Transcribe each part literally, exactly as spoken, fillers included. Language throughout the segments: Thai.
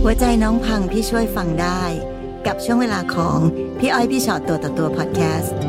หัวใจน้องพังพี่ช่วยฟังได้กับช่วงเวลาของพี่อ้อยพี่ชอตตัวต่อตัวพอดแคสต์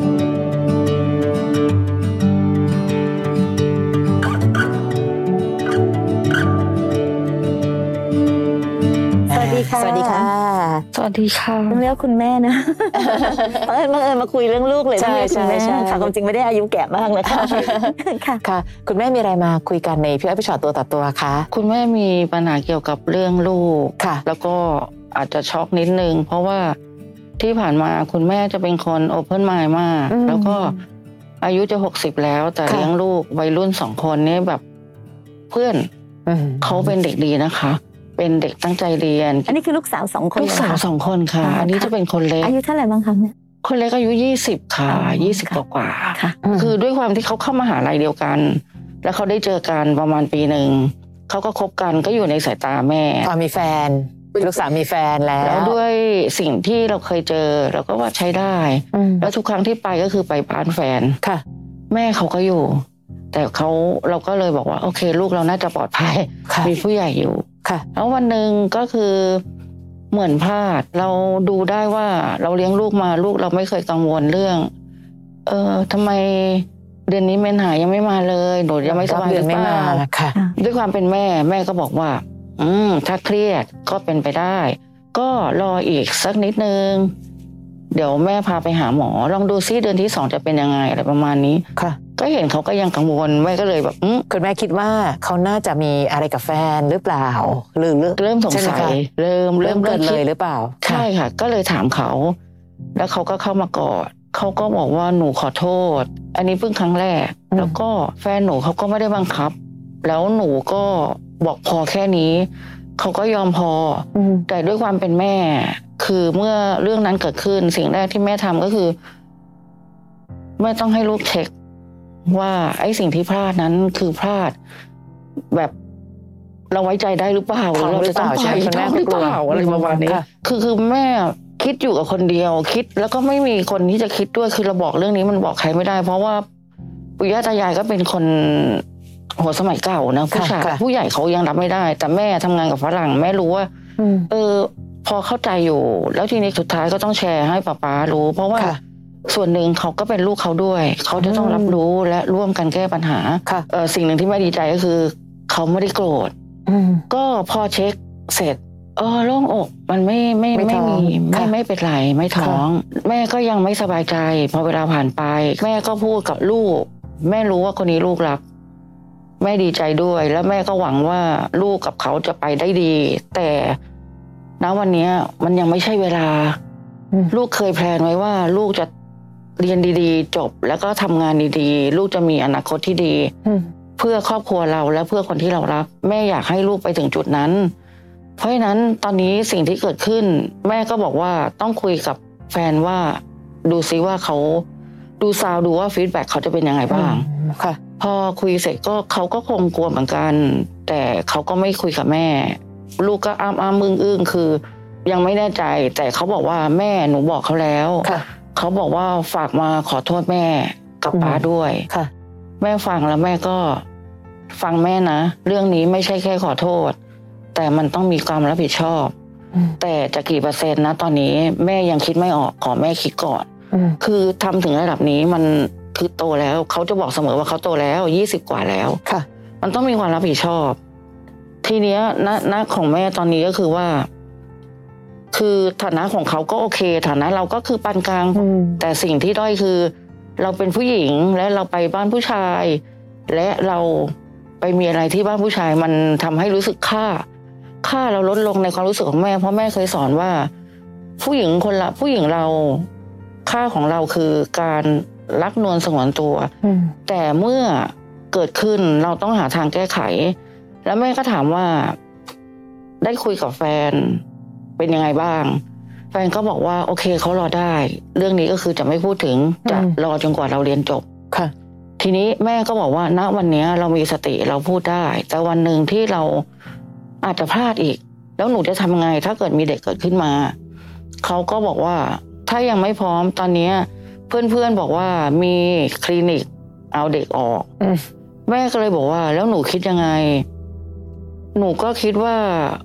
สวัสดีค่ะสวัสดีค่ะสวัสดีค่ะต้องเรียกคุณแม่นะเออมาเออมาคุยเรื่องลูกเลยใช่ใช่ใช่ค่ะความจริงไม่ได้อายุแก่มากนะคะค่ะค่ะคุณแม่มีอะไรมาคุยกันในพี่อ้อยพี่ชอตตัวต่อตัวคะคุณแม่มีปัญหาเกี่ยวกับเรื่องลูกค่ะแล้วก็อาจจะช็อกนิดนึงเพราะว่าที่ผ่านมาคุณแม่จะเป็นคนโอเพ่นไมล์มากแล้วก็อายุจะหกสิบแล้วแต่เลี้ยงลูกวัยรุ่นสองคนนี่แบบเพื่อนเขาเป็นเด็กดีนะคะเป็นเด็กตั้งใจเรียนอันนี้คือลูกสาวสองคนลูกสาวสองคนค่ะอันนี้จะเป็นคนเล็กอายุเท่าไหร่บ้างคะเนี่ยคนเล็กอายุยี่สิบค่ะยี่สิบกว่าๆคือด้วยความที่เขาเข้ามหาลัยเดียวกันแล้วเขาได้เจอกันประมาณปีนึงเขาก็คบกันก็อยู่ในสายตาแม่พอมีแฟนลูกสาวมีแฟนแล้วแล้วด้วยสิ่งที่เราเคยเจอเราก็ว่าใช้ได้แล้วทุกครั้งที่ไปก็คือไปบ้านแฟนค่ะแม่เขาก็อยู่แต่เขาเราก็เลยบอกว่าโอเคลูกเราน่าจะปลอดภัยมีผู้ใหญ่อยู่ค่ะแล้ววันหนึ่งก็คือเหมือนพลาดเราดูได้ว่าเราเลี้ยงลูกมาลูกเราไม่เคยกังวลเรื่องเออทำไมเดือนนี้เมนหายังไม่มาเลยหนูยังไม่สบายหรือเปล่าด้วยความเป็นแม่แม่ก็บอกว่าอืมถ้าเครียดก็เป็นไปได้ก็รออีกสักนิดนึงเดี๋ยวแม่พาไปหาหมอลองดูซิเดือนที่สองจะเป็นยังไงอะไรประมาณนี้ค่ะก็เห็นเขาก็ยังกังวลแม่ก็เลยแบบคุณแม่คิดว่าเขาน่าจะมีอะไรกับแฟนหรือเปล่าหรือเริ่มสงสัยเริ่มเริ่มเกิดเลยหรือเปล่าใช่ค่ะก็เลยถามเขาแล้วเขาก็เข้ามากอดเขาก็บอกว่าหนูขอโทษอันนี้เพิ่งครั้งแรกแล้วก็แฟนหนูเขาก็ไม่ได้บังคับแล้วหนูก็บอกพอแค่นี้เขาก็ยอมพอแต่ด้วยความเป็นแม่คือเมื่อเรื่องนั้นเกิดขึ้นสิ่งแรกที่แม่ทำก็คือแม่ต้องให้ลูกเช็คว่าไอ้สิ่งที่พลาดนั้นคือพลาดแบบเราไว้ใจได้หรือเปล่าหรือเราจะต้องไปคุณแม่หรือเปล่าอะไรประมาณนี้คือคือแม่คิดอยู่กับคนเดียวคิดแล้วก็ไม่มีคนที่จะคิดด้วยคือเราบอกเรื่องนี้มันบอกใครไม่ได้เพราะว่าปู่ย่าตายายก็เป็นคนหัวสมัยเก่านะผู้ชายผู้ใหญ่เขายังรับไม่ได้แต่แม่ทำงานกับฝรั่งแม่รู้ว่าเออพอเข้าใจอยู่แล้วทีนี้สุดท้ายก็ต้องแชร์ให้ป๊าป๊ารู้เพราะว่าส่วนหนึ่งเขาก็เป็นลูกเขาด้วยเขาจะต้องรับรู้และร่วมกันแก้ปัญหาเออสิ่งหนึ่งที่แม่ดีใจก็คือเขาไม่ได้โกรธก็พอเช็คเสร็จเออโล่งอกมันไม่ไม่ไม่มีไม่ไม่เป็นไรไม่ท้องแม่ก็ยังไม่สบายใจพอเวลาผ่านไปแม่ก็พูดกับลูกแม่รู้ว่าคนนี้ลูกรักแม่ดีใจด้วยและแม่ก็หวังว่าลูกกับเขาจะไปได้ดีแต่ณวันนี้มันยังไม่ใช่เวลาลูกเคยแพลนไว้ว่าลูกจะเรียนดีๆจบแล้วก็ทำงานดีๆลูกจะมีอนาคตที่ดีเพื่อครอบครัวเราและเพื่อคนที่เรารักแม่อยากให้ลูกไปถึงจุดนั้นเพราะฉะนั้นตอนนี้สิ่งที่เกิดขึ้นแม่ก็บอกว่าต้องคุยกับแฟนว่าดูซิว่าเขาดูซาวดูว่าฟีดแบ็กเขาจะเป็นยังไงบ้างค่ะพอคุยเสร็จก็เขาก็คงกลัวเหมือนกันแต่เขาก็ไม่คุยกับแม่ลูกก็อ้ามอ้ามมึงอึ้งคือยังไม่แน่ใจแต่เขาบอกว่าแม่หนูบอกเขาแล้วเขาบอกว่าฝากมาขอโทษแม่กับป้าด้วยแม่ฟังแล้วแม่ก็ฟังแม่นะเรื่องนี้ไม่ใช่แค่ขอโทษแต่มันต้องมีความรับผิดชอบแต่จะกี่เปอร์เซ็นต์นะตอนนี้แม่ยังคิดไม่ออกขอแม่คิดก่อนคือทำถึงระดับนี้มันคือโตแล้วเขาจะบอกเสมอว่าเขาโตแล้วยี่สิบกว่าแล้วมันต้องมีความรับผิดชอบทีเนี้ยณณของแม่ตอนนี้ก็คือว่าคือฐานะของเขาก็โอเคฐานะเราก็คือปานกลางแต่สิ่งที่ด้อยคือเราเป็นผู้หญิงและเราไปบ้านผู้ชายและเราไปมีอะไรที่บ้านผู้ชายมันทำให้รู้สึกค่าค่าเราลดลงในความรู้สึกของแม่เพราะแม่เคยสอนว่าผู้หญิงคนละผู้หญิงเราค่าของเราคือการรักนวลสงวนตัวแต่เมื่อเกิดขึ้นเราต้องหาทางแก้ไขแล้วแม่ก็ถามว่าได้คุยกับแฟนเป็นยังไงบ้างแฟนก็บอกว่าโอเคเขารอได้เรื่องนี้ก็คือจะไม่พูดถึงจะรอจนกว่าเราเรียนจบค่ะทีนี้แม่ก็บอกว่าณวันนี้เรามีสติเราพูดได้แต่วันหนึ่งที่เราอาจจะพลาดอีกแล้วหนูจะทำไงถ้าเกิดมีเด็กเกิดขึ้นมาเขาก็บอกว่าถ้ายังไม่พร้อมตอนนี้เพื่อนๆบอกว่ามีคลินิกเอาเด็กออกแม่ก็เลยบอกว่าแล้วหนูคิดยังไงหนูก็คิดว่า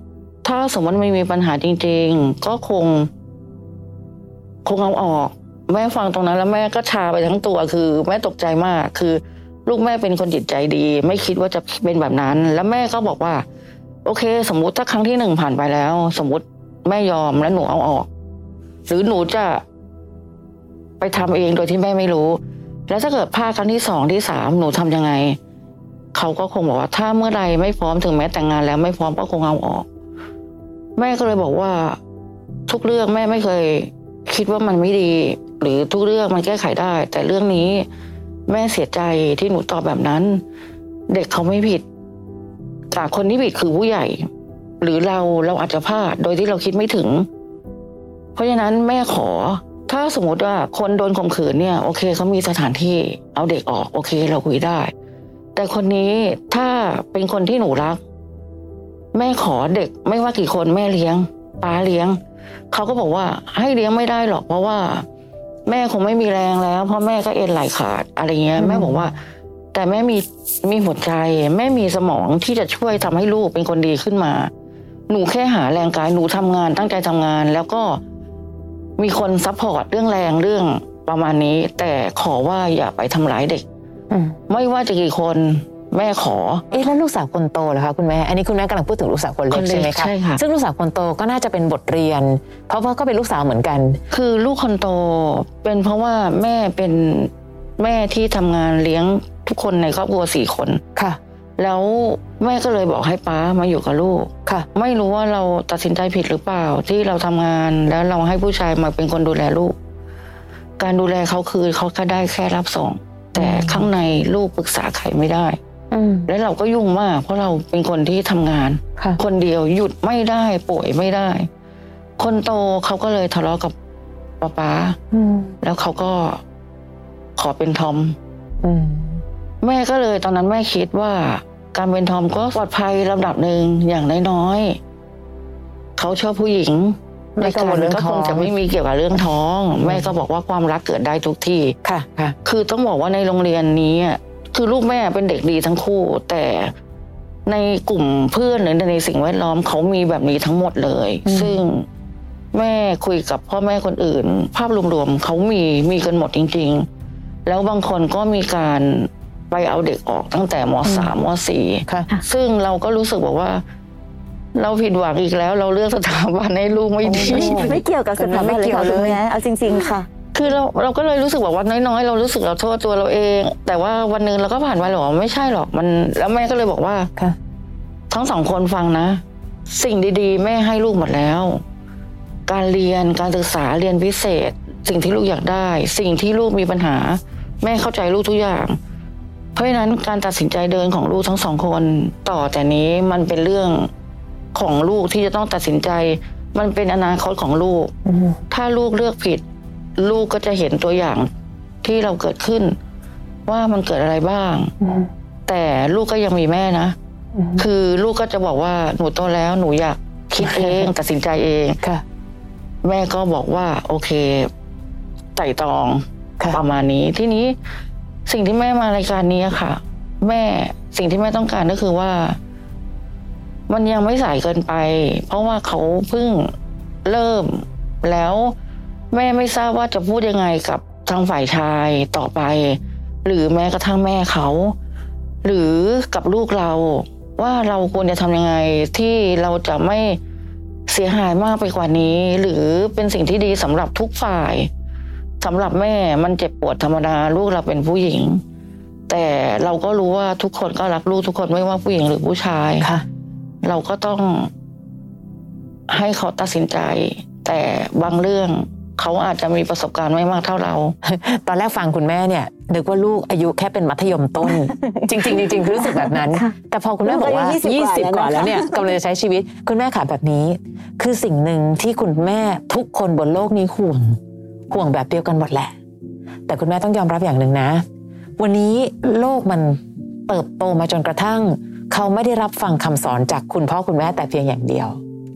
ถ้าสมมติไม่มีปัญหาจริงๆก็คงคงเอาออกแม่ฟังตรงนั้นแล้วแม่ก็ชาไปทั้งตัวคือแม่ตกใจมากคือลูกแม่เป็นคนจิตใจดีไม่คิดว่าจะเป็นแบบนั้นแล้วแม่ก็บอกว่าโอเคสมมุติถ้าครั้งที่หนึ่งผ่านไปแล้วสมมุติแม่ยอมแล้วหนูเอาออกหรือหนูจะไปทำเองโดยที่แม่ไม่รู้แล้วถ้าเกิดพลาดครั้งที่สองที่สามหนูทำยังไงเขาก็คงบอกว่าถ้าเมื่อใดไม่พร้อมถึงแม้แต่งงานแล้วไม่พร้อมก็คงเอาออกแม่ก็เลยบอกว่าทุกเรื่องแม่ไม่เคยคิดว่ามันไม่ดีหรือทุกเรื่องมันแก้ไขได้แต่เรื่องนี้แม่เสียใจที่หนูตอบแบบนั้นเด็กเขาไม่ผิดแต่คนที่ผิดคือผู้ใหญ่หรือเราเราอาจจะพลาดโดยที่เราคิดไม่ถึงเพราะฉะนั้นแม่ขอถ้าสมมติว่าคนโดนข่มขืนเนี่ยโอเคเขามีสถานที่เอาเด็กออกโอเคเราคุยได้แต่คนนี้ถ้าเป็นคนที่หนูรักแม่ขอเด็กไม่ว่ากี่คนแม่เลี้ยงป้าเลี้ยงเขาก็บอกว่าให้เลี้ยงไม่ได้หรอกเพราะว่าแม่คงไม่มีแรงแล้วเพราะแม่ก็เอ็นไหลขาดอะไรเงี้ยแม่บอกว่าแต่แม่มีมีหัวใจแม่มีสมองที่จะช่วยทำให้ลูกเป็นคนดีขึ้นมาหนูแค่หาแรงกายหนูทำงานตั้งใจทำงานแล้วก็มีคนซัพพอร์ตเรื่องแรงเรื่องประมาณนี้แต่ขอว่าอย่าไปทำร้ายเด็กไม่ว่าจะกี่คนแม่ขอเอ๊ะแล้วลูกสาวคนโตเหรอคะคุณแม่อันนี้คุณแม่กำลังพูดถึงลูกสาวคนเล็กใช่ไหมคะใช่ค่ะซึ่งลูกสาวคนโตก็น่าจะเป็นบทเรียนเพราะว่าก็เป็นลูกสาวเหมือนกันคือลูกคนโตเป็นเพราะว่าแม่เป็นแม่ที่ทำงานเลี้ยงทุกคนในครอบครัวสี่คนค่ะแล้วแม่ก็เลยบอกให้ป้ามาอยู่กับลูกค่ะไม่รู้ว่าเราตัดสินใจผิดหรือเปล่าที่เราทำงานแล้วเราให้ผู้ชายมาเป็นคนดูแลลูกการดูแลเขาคือเขาแค่ได้แค่รับส่งแต่ข้างในลูกปรึกษาใครไม่ได้แล้วเราก็ยุ่งมากเพราะเราเป็นคนที่ทำงานคนเดียวหยุดไม่ได้ป่วยไม่ได้คนโตเขาก็เลยทะเลาะกับป๊าป๊าแล้วเขาก็ขอเป็นทอมแม่ก็เลยตอนนั้นแม่คิดว่าการเป็นทอมก็ปลอดภัยลำดับหนึ่งอย่างน้อยๆเขาชอบผู้หญิงในการก็คงจะไม่มีเกี่ยวกับเรื่องท้องแม่ก็บอกว่าความรักเกิดได้ทุกที่ค่ะค่ะคือต้องบอกว่าในโรงเรียนนี้คือลูกแม่เป็นเด็กดีทั้งคู่แต่ในกลุ่มเพื่อนหรือในสิ่งแวดล้อมเขามีแบบนี้ทั้งหมดเลยซึ่งแม่คุยกับพ่อแม่คนอื่นภาพรวมๆเขามีมีกันหมดจริงๆแล้วบางคนก็มีการไปเอาเด็กออกตั้งแต่ม.สาม ม.สี่ ซึ่งเราก็รู้สึกบอกว่าเราผิดหวังอีกแล้วเราเลือกสถาบันให้ลูกไม่ดีไม่เกี่ยวกับสถาบันเลยค่ะคุณแม่เอาจริงๆค่ะคือเราเราก็เลยรู้สึกแบบว่าน้อยๆเรารู้สึกเราโทษตัวเราเองแต่ว่าวันนึงเราก็ผ่านไปหรอไม่ใช่หรอกมันแล้วแม่ก็เลยบอกว่าทั้งสองคนฟังนะสิ่งดีๆแม่ให้ลูกหมดแล้วการเรียนการศึกษาเรียนพิเศษสิ่งที่ลูกอยากได้สิ่งที่ลูกมีปัญหาแม่เข้าใจลูกทุกอย่างเพราะฉะนั้นการตัดสินใจเดินของลูกทั้งสองคนต่อแต่นี้มันเป็นเรื่องของลูกที่จะต้องตัดสินใจมันเป็นอนาคตของลูกถ้าลูกเลือกผิดลูกก็จะเห็นตัวอย่างที่เราเกิดขึ้นว่ามันเกิดอะไรบ้างแต่ลูกก็ยังมีแม่นะคือลูกก็จะบอกว่าหนูโตแล้วหนูอยากคิดเองตัดสินใจเองแม่ก็บอกว่าโอเคไต่ตรองประมาณนี้ทีนี้สิ่งที่แม่มารายการนี้ค่ะแม่สิ่งที่แม่ต้องการก็คือว่ามันยังไม่สายเกินไปเพราะว่าเขาเพิ่งเริ่มแล้วแม่ไม่ทราบว่าจะพูดยังไงกับทางฝ่ายชายต่อไปหรือแม้กระทั่งแม่เขาหรือกับลูกเราว่าเราควรจะทำยังไงที่เราจะไม่เสียหายมากไปกว่านี้หรือเป็นสิ่งที่ดีสำหรับทุกฝ่ายสำหรับแม่มันเจ็บปวดธรรมดาลูกเราเป็นผู้หญิงแต่เราก็รู้ว่าทุกคนก็รักลูกทุกคนไม่ว่าผู้หญิงหรือผู้ชายค่ะเราก็ต้องให้เขาตัดสินใจแต่บางเรื่องเขาอาจจะมีประสบการณ์ไม่มากเท่าเราตอนแรกฟังคุณแม่เนี่ยนึกว่าลูกอายุแค่เป็นมัธยมต้น จริงๆจริงๆรู้สึกแบบนั้นแต่พอคุณแม่บอกว่ายี่สิบกว่าแล้วเนี่ยกำลังจะใช้ชีวิตคุณแม่ขาแบบนี้คือสิ่งหนึ่งที่คุณแม่ทุกคนบนโลกนี้ห่วงห่วงแบบเดียวกันหมดแหละแต่คุณแม่ต้องยอมรับอย่างหนึ่งนะวันนี้โลกมันเติบโตมาจนกระทั่งเขาไม่ได้รับฟังคำสอนจากคุณพ่อคุณแม่แต่เพียงอย่างเดียว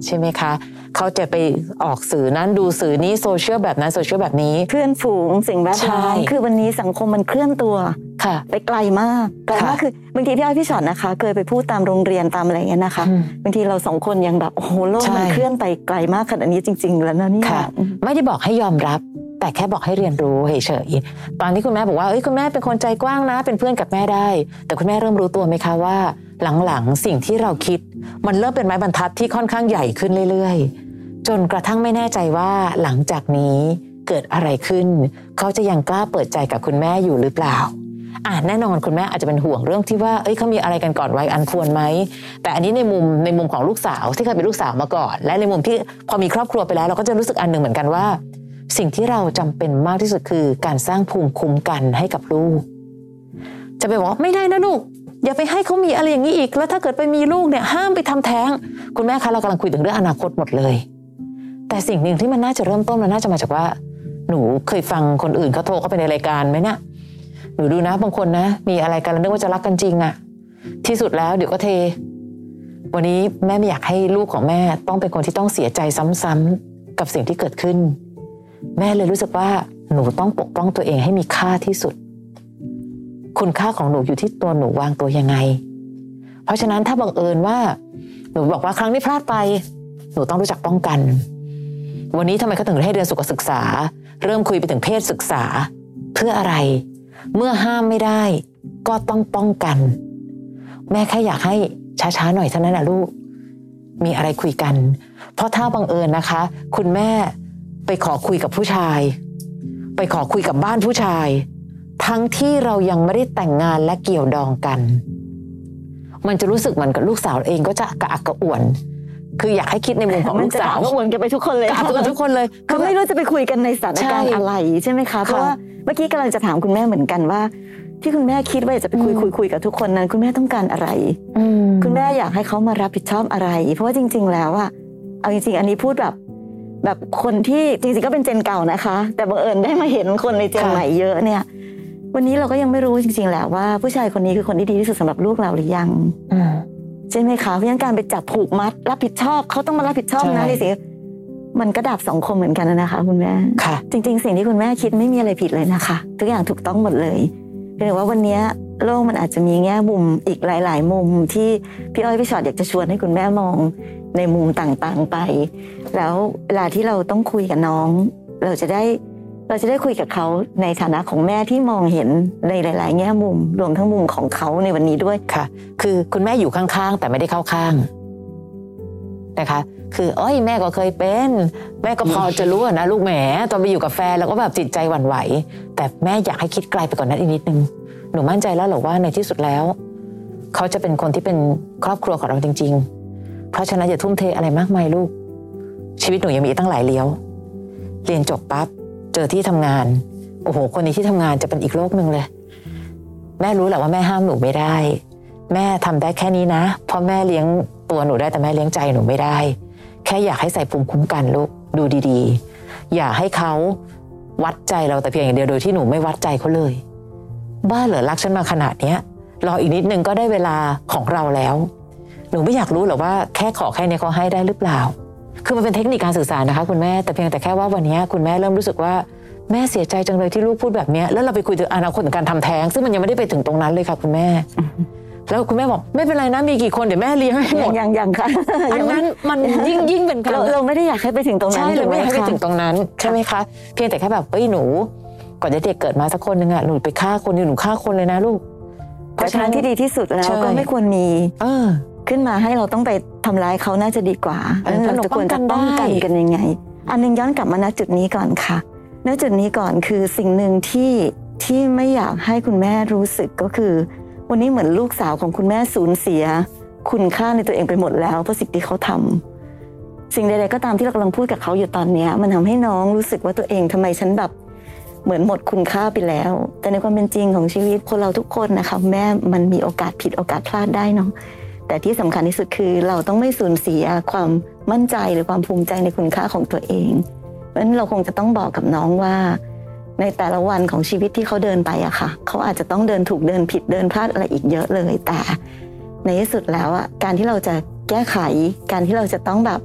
ใช่ไหมคะเขาจะไปออกสื่อนั้นดูสื่อนี้โซเชียลแบบนั้นโซเชียลแบบนี้เพื่อนฝูงสิ่งแวดล้อมคือวันนี้สังคมมันเคลื่อนตัวค่ะไปไกลมากไกลมากคือบางทีพี่อ้อยพี่ชอตนะคะเคยไปพูดตามโรงเรียนตามอะไรเงี้ยนะคะบางทีเราสองคนยังแบบโอ้โหโลกมันเคลื่อนไปไกลมากขนาดนี้จริงๆแล้วนะนี่ค่ะไม่ได้บอกให้ยอมรับแต่แค่บอกให้เรียนรู้เฉยๆตอนที่คุณแม่บอกว่าเอ้ยคุณแม่เป็นคนใจกว้างนะเป็นเพื่อนกับแม่ได้แต่คุณแม่เริ่มรู้ตัวไหมคะว่าหลังๆสิ่งที่เราคิดมันเริ่มเป็นไม้บรรทัดที่ค่อนข้างใหญ่ขึ้นเรื่อยๆจนกระทั่งไม่แน่ใจว่าหลังจากนี้เกิดอะไรขึ้นเขาจะยังกล้าเปิดใจกับคุณแม่อยู่หรือเปล่าอ่ะแน่นอนคุณแม่อาจจะเป็นห่วงเรื่องที่ว่าเอ้ยเขามีอะไรกันก่อนวัยอันควรไหมแต่อันนี้ในมุมในมุมของลูกสาวที่เคยเป็นลูกสาวมาก่อนและในมุมที่พอมีครอบครัวไปแล้วเราก็จะรู้สึกอันหนึ่งเหมือนกันว่าสิ่งที่เราจำเป็นมากที่สุดคือการสร้างภูมิคุ้มกันให้กับลูกจะไปบอกไม่ได้นะลูกอย่าไปให้เขามีอะไรอย่างนี้อีกแล้วถ้าเกิดไปมีลูกเนี่ยห้ามไปทำแท้งคุณแม่คะเรากำลังคุยถึงเรื่องอนาคตหมดเลยแต่สิ่งหนึ่งที่มันน่าจะเริ่มต้นมันน่าจะมาจากว่าหนูเคยฟังคนอื่นเขาโทรเข้าไปในรายการไหมเนี่ยหนูดูนะบางคนนะมีอะไรกันแล้วนึกว่าจะรักกันจริงอะที่สุดแล้วเดี๋ยวก็เทวันนี้แม่ไม่อยากให้ลูกของแม่ต้องเป็นคนที่ต้องเสียใจซ้ำๆกับสิ่งที่เกิดขึ้นแม่เลยรู้สึกว่าหนูต้องปกป้องตัวเองให้มีค่าที่สุดคุณค่าของหนูอยู่ที่ตัวหนูวางตัวยังไงเพราะฉะนั้นถ้าบังเอิญว่าหนูบอกว่าครั้งนี้พลาดไปหนูต้องรู้จักป้องกันวันนี้ทำไมเขาถึงให้เรียนสุขศึกษาเริ่มคุยไปถึงเพศศึกษาเพื่ออะไรเมื่อห้ามไม่ได้ก็ต้องป้องกันแม่แค่อยากให้ช้าๆหน่อยเท่านั้นนะลูกมีอะไรคุยกันเพราะถ้าบังเอิญนะคะคุณแม่ไปขอคุยกับผู้ชายไปขอคุยกับบ้านผู้ชายทั้งที่เรายังไม่ได้แต่งงานและเกี่ยวดองกันมันจะรู้สึกเหมือนกับลูกสาวเองก็จะกระอักกระอ่วนคืออยากให้คิดในมุมของลูกสาวก็วนกันไปทุกคนเลยกระทุกคนเลยเขาไม่รู้จะไปคุยกันในสถานการณ์อะไรใช่ไหมคะเพราะว่าเมื่อกี้กำลังจะถามคุณแม่เหมือนกันว่าที่คุณแม่คิดว่าจะไปคุยคุยคุยกับทุกคนนั้นคุณแม่ต้องการอะไรคุณแม่อยากให้เขามารับผิดชอบอะไรเพราะว่าจริงๆแล้วอะเอาจริงๆอันนี้พูดแบบแบบคนที่จริงๆก็เป็นเจนเก่านะคะแต่บังเอิญได้มาเห็นคนในเจนใหม่เยอะเนี่ยวันนี้เราก็ยังไม่รู้จริงๆแล้วว่าผู้ชายคนนี้คือคนที่ดีที่สุดสำหรับลูกเราหรือยังใช่ไหมคะเพราะฉะนั้นการไปจับผูกมัดรับผิดชอบเขาต้องมารับผิดชอบนะในสิ่งมันก็ดาบสองคมเหมือนกันนะคะคุณแม่จริงๆสิ่งที่คุณแม่คิดไม่มีอะไรผิดเลยนะคะทุกอย่างถูกต้องหมดเลยเพียงแต่ว่าวันนี้โลกมันอาจจะมีแง่มุมอีกหลายๆมุมที่พี่อ้อยพี่ชอตอยากจะชวนให้คุณแม่มองในมุมต่างๆไปแล้วเวลาที่เราต้องคุยกับน้องเราจะได้เราจะได้คุยกับเขาในฐานะของแม่ที่มองเห็นในหลายๆแง่มุมรวมทั้งมุมของเขาในวันนี้ด้วยค่ะคือคุณแม่อยู่ข้างๆแต่ไม่ได้เข้าข้างนะคะคืออ้อยแม่ก็เคยเป็นแม่ก็พอจะรู้นะลูกแหมตอนไปอยู่กับแฟนแล้วก็แบบจิตใจหวั่นไหวแต่แม่อยากให้คิดไกลไปกว่านนั้นอีกนิดนึงหนูมั่นใจแล้วหรอว่าในที่สุดแล้วเขาจะเป็นคนที่เป็นครอบครัวของเราจริงๆเพราะฉะนั้นอย่าทุ่มเทอะไรมากมายลูกชีวิตหนูยังมีตั้งหลายเลี้ยวเรียนจบปั๊บเจอที่ทำงานโอ้โหคนในที่ทำงานจะเป็นอีกโลกนึงเลยแม่รู้แหละว่าแม่ห้ามหนูไม่ได้แม่ทำได้แค่นี้นะเพราะแม่เลี้ยงตัวหนูได้แต่แม่เลี้ยงใจหนูไม่ได้แค่อยากให้ใส่ภูมิคุ้มกันลูกดูดีๆอย่าให้เขาวัดใจเราแต่เพียงอย่างเดียวโดยที่หนูไม่วัดใจเขาเลยบ้าเหรอรักฉันมาขนาดเนี้ยรออีกนิดนึงก็ได้เวลาของเราแล้วหนูไม่อยากรู้หรอกว่าแค่ขอแค่นี้เขาให้ได้หรือเปล่าคือมันเป็นเทคนิคการสื่อสารนะคะคุณแม่แต่เพียงแต่แค่ว่าวันนี้คุณแม่เริ่มรู้สึกว่าแม่เสียใจจังเลยที่ลูกพูดแบบนี้แล้วเราไปคุยถึงอนาคตของการทำแท้งซึ่งมันยังไม่ได้ไปถึงตรงนั้นเลยค่ะคุณแม่แล้วคุณแม่บอกไม่เป็นไรนะมีกี่คนเดี๋ยวแม่เลี้ยงให้หมดยังยังค่ะอันนั้นมันยิ่งยิ่งเป็นการเราไม่ได้อยากให้ไปถึงตรงนั้นใช่เลยไม่อยากให้ไปถึงตรงนั้นใช่ไหมคะเพียงแต่แค่แบบเอ้ยหนูก่อนจะเด็กเกิดมาสักคนนึงอ่ะหนูไปฆ่าคนหนูฆ่าคนเลยนะลูกเพราะฉะนั้นที่ดีที่สุดแล้วก็ไม่ควรมีขึ้นมาให้เราต้องไปทำร้ายเขาน่าจะดีกว่าเราจะควรจะป้องกันกันยังไงอันนึงย้อนกลับมาณจุดนี้ก่อนค่ะณจุดนี้ก่อนคือสิ่งหนึ่งที่ที่ไม่อยากให้คุณแม่รู้สึกก็คือวันนี้เหมือนลูกสาวของคุณแม่สูญเสียคุณค่าในตัวเองไปหมดแล้วเพราะสิ่งที่เขาทำสิ่งใดๆก็ตามที่เรากำลังพูดกับเขาอยู่ตอนนี้มันทำให้น้องรู้สึกว่าตัวเองทำไมฉันแบบเหมือนหมดคุณค่าไปแล้วแต่ในความเป็นจริงของชีวิตคนเราทุกคนนะคะแม่มันมีโอกาสผิดโอกาสพลาดได้เนาะแต่ที่สำคัญที่สุดคือเราต้องไม่สูญเสียความมั่นใจหรือความภูมิใจในคุณค่าของตัวเองเพราะฉะนั้นเราคงจะต้องบอกกับน้องว่าในแต่ละวันของชีวิตที่เขาเดินไปอะค่ะเขาอาจจะต้องเดินถูกเดินผิดเดินพลาดอะไรอีกเยอะเลยแต่ในที่สุดแล้วอะการที่เราจะแก้ไขการที่เราจะต้องแบบ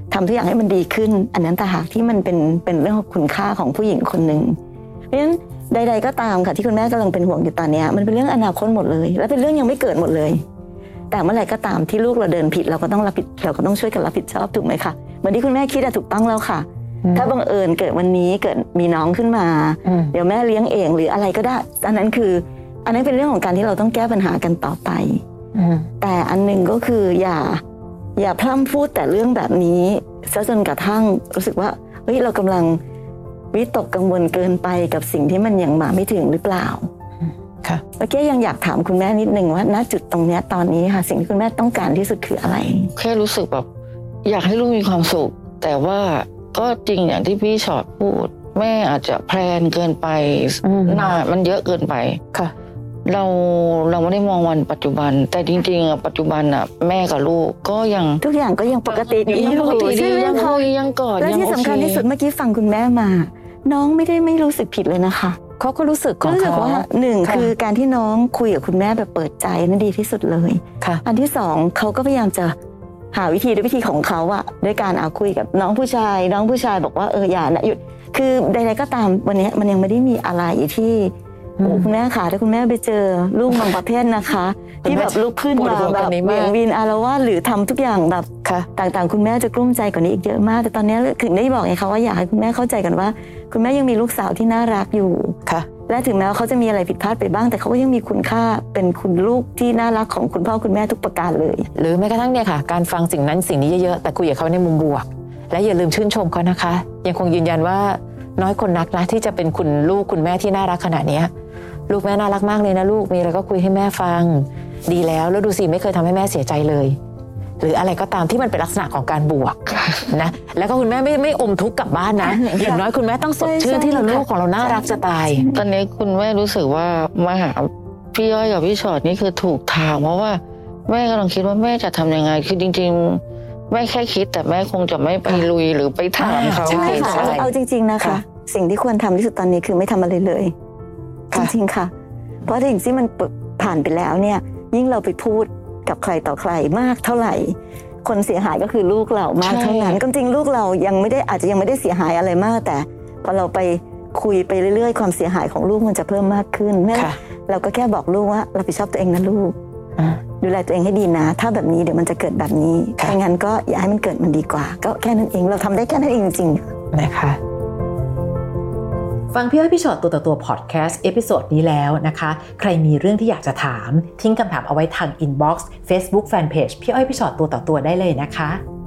ทำทุกอย่างให้มันดีขึ้นอันนั้นแต่หากที่มันเป็นเป็นเรื่องของคุณค่าของผู้หญิงคนหนึ่งเพราะฉะนั้นใดๆก็ตามค่ะที่คุณแม่กำลังเป็นห่วงอยู่ตอนนี้มันเป็นเรื่องอนาคตหมดเลยและเป็นเรื่องยังไม่เกิดหมดเลยแต่เมื่อไหร่ก็ตามที่ลูกเราเดินผิดเราก็ต้องรับผิดเราก็ต้องช่วยกันรับผิดชอบถูกไหมคะเหมือนที่คุณแม่คิดอะถูกต้องแล้วค่ะถ้าบังเอิญเกิดวันนี้เกิดมีน้องขึ้นมาเดี๋ยวแม่เลี้ยงเองหรืออะไรก็ได้อันนั้นคืออันนั้นเป็นเรื่องของการที่เราต้องแก้ปัญหากันต่อไปแต่อันหนึ่งก็คืออย่าอย่าพร่ำพูดแต่เรื่องแบบนี้ซะจนกระทั่งรู้สึกว่าเฮ้ยเรากำลังวิตกกังวลเกินไปกับสิ่งที่มันยังมาไม่ถึงหรือเปล่าค่ะเมื่อกี้ยังอยากถามคุณแม่นิดนึงว่าณจุดตรงนี้ตอนนี้ค่ะสิ่งที่คุณแม่ต้องการที่สุดคืออะไรแค่รู้สึกแบบอยากให้ลูกมีความสุขแต่ว่าก็จริงอย่างที่พี่ชอตพูดแม่อาจจะแพลนเกินไปหน้ามันเยอะเกินไปค่ะเราเราไม่ได้มองวันปัจจุบันแต่จริงๆอ่ะปัจจุบันอ่ะแม่กับลูกก็ยังทุกอย่างก็ยังปกติดีอยู่ใช่ไหมคะยังกอดและที่สำคัญที่สุดเมื่อกี้ฟังคุณแม่มาน้องไม่ได้ไม่รู้สึกผิดเลยนะคะเขาก็รู้สึกของเขาว่าหนึ่งคือการที่น้องคุยกับคุณแม่แบบเปิดใจนั่นดีที่สุดเลยอันที่สองเขาก็พยายามจะหาวิธีด้วยวิธีของเขาอะด้วยการเอาคุยกับน้องผู้ชายน้องผู้ชายบอกว่าเอออย่านะหยุดคือใดๆก็ตามวันนี้มันยังไม่ได้มีอะไรที่คุณแม่ค่ะถ้าคุณแม่ไปเจอลูกบางประเภทนะคะที่แบบลุกขึ้นมาแบบเบี่ยงวินอารวาสหรือทำทุกอย่างแบบต่างๆคุณแม่จะกลุ้มใจกว่านี้อีกเยอะมากแต่ตอนนี้ถึงได้บอกไงคะว่าอยากให้คุณแม่เข้าใจกันว่าคุณแม่ยังมีลูกสาวที่น่ารักอยู่ค่ะและถึงแม้ว่าเขาจะมีอะไรผิดพลาดไปบ้างแต่เขาก็ยังมีคุณค่าเป็นคุณลูกที่น่ารักของคุณพ่อคุณแม่ทุกประการเลยหรือแม้กระทั่งเนี่ยค่ะการฟังสิ่งนั้นสิ่งนี้เยอะๆแต่คุยกับเขาในมุมบวกและอย่าลืมชื่นชมเขานะคะยังคงยืนยันว่าน้อยคนนักนะที่จะเป็นคุณลูกคุณแม่ที่น่ารักขนาดนี้ลูกแม่น่ารักมากเลยนะลูกมีอะไรก็คุยให้แม่ฟังดีแล้วแล้วดูสิไม่เคยทำให้แม่เสียใจเลยหรืออะไรก็ตามที่มันเป็นลักษณะของการบวกนะแล้วก็คุณแม่ไม่ไม่อมทุกข์กลับบ้านนะอย่างน้อยคุณแม่ต้องสดชื่นที่เราลูกของเราน่ารักจะตายตอนนี้คุณแม่รู้สึกว่ามาหาพี่ย้อยกับพี่ชอตนี่คือถูกทางเพราะว่าแม่กำลังคิดว่าแม่จะทำยังไงคือจริงๆแม่แค่คิดแต่แม่คงจะไม่ไปลุยหรือไปถามเขาใช่ค่ะเอาจริงๆนะคะสิ่งที่ควรทำที่สุดตอนนี้คือไม่ทำอะไรเลยจริงๆค่ะเพราะสิ่งที่มันผ่านไปแล้วเนี่ยยิ่งเราไปพูดกับใครต่อใครมากเท่าไหร่คนเสียหายก็คือลูกเรามากเท่านั้นจริงๆลูกเรายังไม่ได้อาจจะยังไม่ได้เสียหายอะไรมากแต่พอเราไปคุยไปเรื่อยๆความเสียหายของลูกมันจะเพิ่มมากขึ้นเนี่ยเราก็แค่บอกลูกว่ารับผิดชอบตัวเองนะลูกดูแลตัวเองให้ดีนะถ้าแบบนี้เดี๋ยวมันจะเกิดแบบนี้ถ้างั้นก็อย่าให้มันเกิดมันดีกว่าก็แค่นั้นเองเราทำได้แค่นั้นเองจริงๆนะคะฟังพี่อ้อยพี่ชอตตัวต่อตัวพอดแคสต์เอพิโซดนี้แล้วนะคะใครมีเรื่องที่อยากจะถามทิ้งคำถามเอาไว้ทางอินบ็อกซ์ Facebook Fanpage พี่อ้อยพี่ชอตตัวต่อตัวได้เลยนะคะ